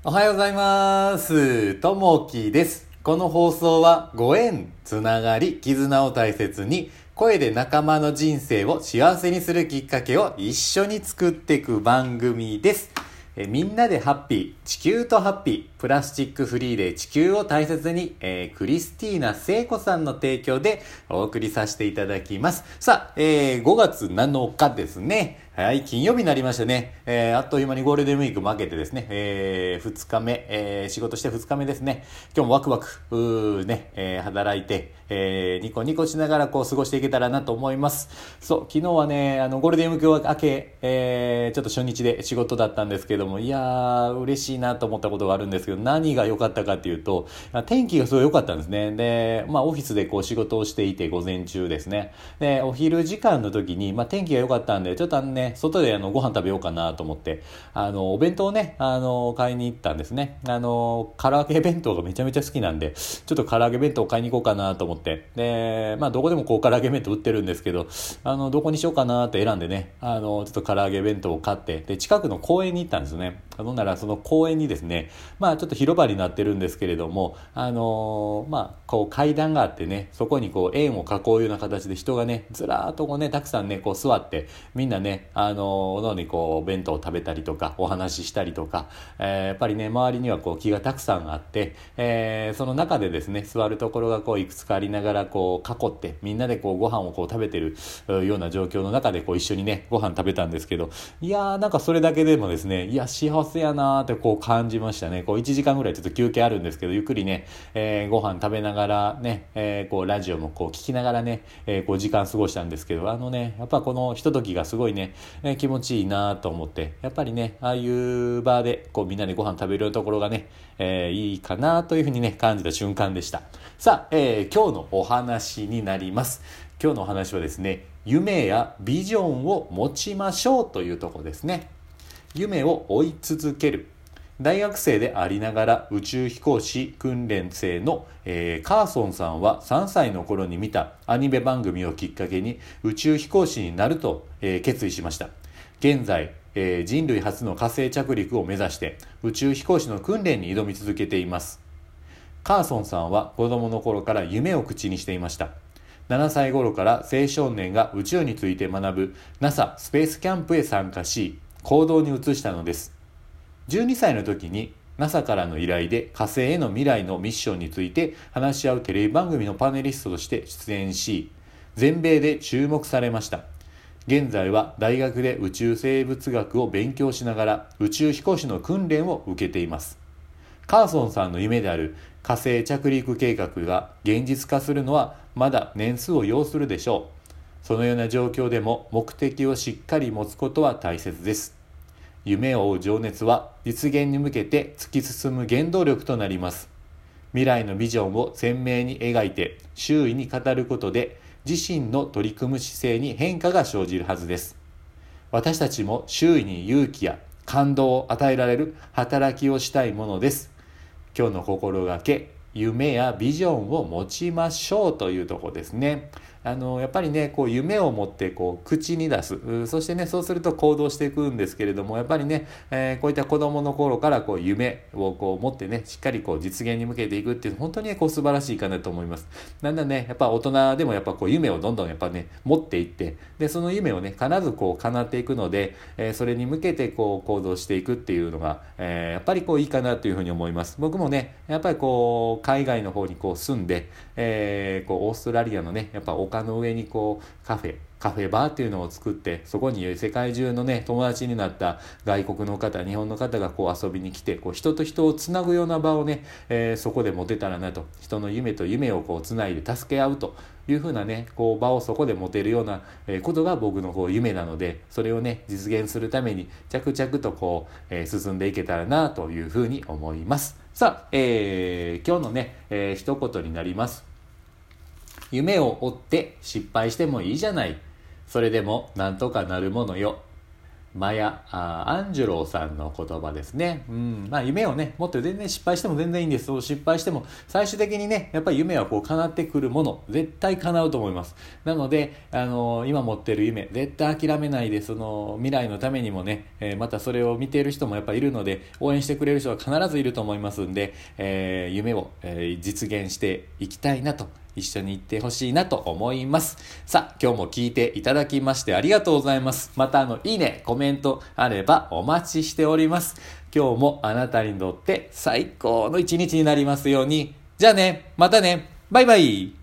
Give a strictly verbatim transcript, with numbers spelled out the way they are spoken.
おはようございます。ともきです。この放送はご縁、つながり、絆を大切に声で仲間の人生を幸せにするきっかけを一緒に作っていく番組です。えみんなでハッピー、地球とハッピー、プラスチックフリーで地球を大切に、えー、クリスティーナ聖子さんの提供でお送りさせていただきます。さあ、えー、ごがつなのかですね。はい、金曜日になりましたね。えー、あっという間にゴールデンウィーク負けてですね、えー、ふつかめ、えー、仕事してふつかめですね。今日もワクワク、うーね、えー、働いて、えー、ニコニコしながらこう過ごしていけたらなと思います。そう、昨日はね、あの、ゴールデンウィーク明け、えー、ちょっと初日で仕事だったんですけども、いやー、嬉しいなと思ったことがあるんですけど、何が良かったかっていうと、天気がすごい良かったんですね。で、まあ、オフィスでこう仕事をしていて、午前中ですね。で、お昼時間の時に、まあ、天気が良かったんで、ちょっとあのね、外であのご飯食べようかなと思って、あの、お弁当をね、あの、買いに行ったんですね。あの、唐揚げ弁当がめちゃめちゃ好きなんで、ちょっと唐揚げ弁当を買いに行こうかなと思って、で、まあ、どこでもこう唐揚げ弁当売ってるんですけど、あの、どこにしようかなって選んでね、あの、ちょっと唐揚げ弁当を買って、で、近くの公園に行ったんですね。ほんなら、その公園にですね、まあ、ちょっと広場になってるんですけれども、あのー、まあ、こう階段があってね、そこにこう円を囲うような形で人がね、ずらーっとこうね、たくさんね、こう座って、みんなね、あのー、おのおのにこう、弁当を食べたりとか、お話ししたりとか、えー、やっぱりね、周りにはこう、木がたくさんあって、えー、その中でですね、座るところがこう、いくつかありながら、こう、囲って、みんなでこう、ご飯をこう、食べてるような状況の中で、こう、一緒にね、ご飯食べたんですけど、いやー、なんかそれだけでもですね、いや、幸せやなーってこう、感じましたね。こう、いちじかんぐらいちょっと休憩あるんですけど、ゆっくりね、えー、ご飯食べながらね、えー、こうラジオもこう聞きながらね、えー、こう時間過ごしたんですけど、あのね、やっぱこのひとときがすごいね、えー、気持ちいいなと思って、やっぱりね、ああいう場でこうみんなでご飯食べるところがね、えー、いいかなというふうにね、感じた瞬間でした。さあ、えー、今日のお話になります。今日のお話はですね、夢やビジョンを持ちましょうというところですね。夢を追い続ける。大学生でありながら宇宙飛行士訓練生の、えー、カーソンさんはさんさいの頃に見たアニメ番組をきっかけに宇宙飛行士になると、えー、決意しました。現在、えー、人類初の火星着陸を目指して宇宙飛行士の訓練に挑み続けています。カーソンさんは子供の頃から夢を口にしていました。ななさい頃から青少年が宇宙について学ぶ ナサ スペースキャンプへ参加し行動に移したのです。じゅうにさいの時に ナサ からの依頼で火星への未来のミッションについて話し合うテレビ番組のパネリストとして出演し、全米で注目されました。現在は大学で宇宙生物学を勉強しながら宇宙飛行士の訓練を受けています。カーソンさんの夢である火星着陸計画が現実化するのはまだ年数を要するでしょう。そのような状況でも目的をしっかり持つことは大切です。夢を追う情熱は実現に向けて突き進む原動力となります。未来のビジョンを鮮明に描いて周囲に語ることで自身の取り組む姿勢に変化が生じるはずです。私たちも周囲に勇気や感動を与えられる働きをしたいものです。今日の心がけ、夢やビジョンを持ちましょうというところですね。あのやっぱりねこう夢を持ってこう口に出す、そしてねそうすると行動していくんですけれども、やっぱりね、えー、こういった子どもの頃からこう夢をこう持ってねしっかりこう実現に向けていくっていうのは本当に、ね、こう素晴らしいかなと思います。だんだんねやっぱ大人でもやっぱこう夢をどんどんやっぱね持っていって、でその夢をね必ずこう叶っていくので、えー、それに向けてこう行動していくっていうのが、えー、やっぱりこういいかなというふうに思います。僕もねやっぱりこう海外の方にこう住んで、えー、こうオーストラリアのねやっぱ丘の上にこうカフェカフェバーっていうのを作って、そこに世界中のね友達になった外国の方、日本の方がこう遊びに来て、こう人と人をつなぐような場をね、えー、そこで持てたらなと、人の夢と夢をこうつないで助け合うというふうなねこう場をそこで持てるようなことが僕のこう夢なので、それをね実現するために着々とこう、えー、進んでいけたらなというふうに思います。さあ、えー、今日のね、えー、一言になります。夢を追って失敗してもいいじゃない。それでもなんとかなるものよ。 マヤ・アンジュローさんの言葉ですね。うん。まあ夢をね、もっと全然失敗しても全然いいんです。そう失敗しても最終的にね、やっぱり夢はこう叶ってくるもの、絶対叶うと思います。なので、あのー、今持ってる夢、絶対諦めないで、その未来のためにもね、えー、またそれを見ている人もやっぱりいるので、応援してくれる人は必ずいると思いますんで、えー、夢を、えー、実現していきたいなと、一緒に行ってほしいなと思います。さあ、今日も聞いていただきましてありがとうございます。またあの、いいね、コメントあればお待ちしております。今日もあなたにとって最高の一日になりますように。じゃあね、またね、バイバイ。